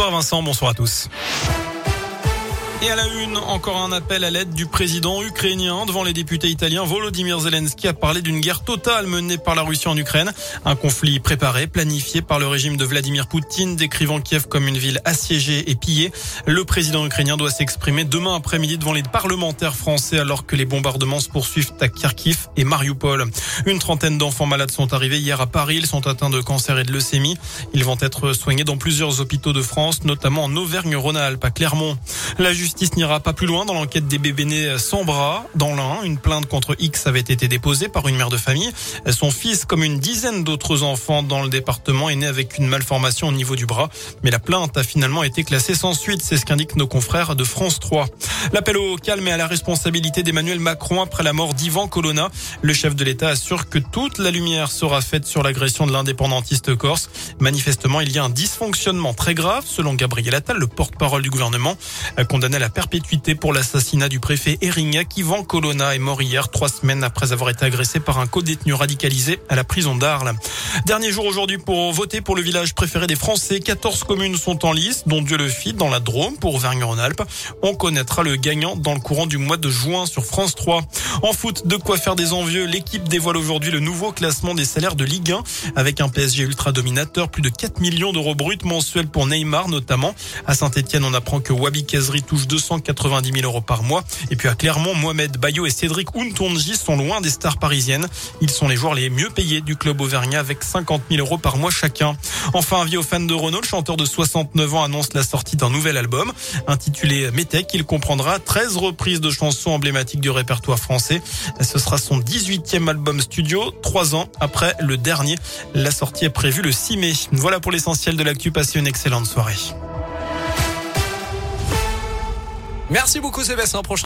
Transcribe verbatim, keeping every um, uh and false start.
Bonsoir Vincent, bonsoir à tous. Et à la une, encore un appel à l'aide du président ukrainien devant les députés italiens. Volodymyr Zelensky a parlé d'une guerre totale menée par la Russie en Ukraine. Un conflit préparé, planifié par le régime de Vladimir Poutine, décrivant Kiev comme une ville assiégée et pillée. Le président ukrainien doit s'exprimer demain après-midi devant les parlementaires français alors que les bombardements se poursuivent à Kharkiv et Mariupol. Une trentaine d'enfants malades sont arrivés hier à Paris. Ils sont atteints de cancer et de leucémie. Ils vont être soignés dans plusieurs hôpitaux de France, notamment en Auvergne-Rhône-Alpes, à Clermont. La justice n'ira pas plus loin dans l'enquête des bébés nés sans bras. Dans l'Ain, une plainte contre X avait été déposée par une mère de famille. Son fils, comme une dizaine d'autres enfants dans le département, est né avec une malformation au niveau du bras. Mais la plainte a finalement été classée sans suite. C'est ce qu'indiquent nos confrères de France trois. L'appel au calme et à la responsabilité d'Emmanuel Macron après la mort d'Ivan Colonna. Le chef de l'État assure que toute la lumière sera faite sur l'agression de l'indépendantiste corse. Manifestement, il y a un dysfonctionnement très grave, selon Gabriel Attal, le porte-parole du gouvernement, condamné à la perpétuité pour l'assassinat du préfet Erignac. Ivan Colonna est mort hier, trois semaines après avoir été agressé par un codétenu radicalisé à la prison d'Arles. Dernier jour aujourd'hui pour voter pour le village préféré des Français. quatorze communes sont en lice, dont Dieu-le-Fit dans la Drôme pour Auvergne-Rhône-Alpes. On connaîtra le gagnant dans le courant du mois de juin sur France trois. En foot, de quoi faire des envieux. L'équipe dévoile aujourd'hui le nouveau classement des salaires de Ligue un avec un P S G ultra dominateur. Plus de quatre millions d'euros bruts mensuels pour Neymar notamment. À Saint-Etienne, on apprend que Wabi Kazri touche deux cent quatre-vingt-dix mille euros par mois. Et puis à Clermont, Mohamed Bayo et Cédric Ountonji sont loin des stars parisiennes. Ils sont les joueurs les mieux payés du club auvergnat avec cinquante mille euros par mois chacun. Enfin, avis aux fans de Renaud, le chanteur de soixante-neuf ans annonce la sortie d'un nouvel album intitulé Métèque. Il comprendra treize reprises de chansons emblématiques du répertoire français. Ce sera son dix-huitième album studio, trois ans après le dernier. La sortie est prévue le six mai. Voilà pour l'essentiel de l'actu. Passez une excellente soirée. Merci beaucoup Sébastien. Prochain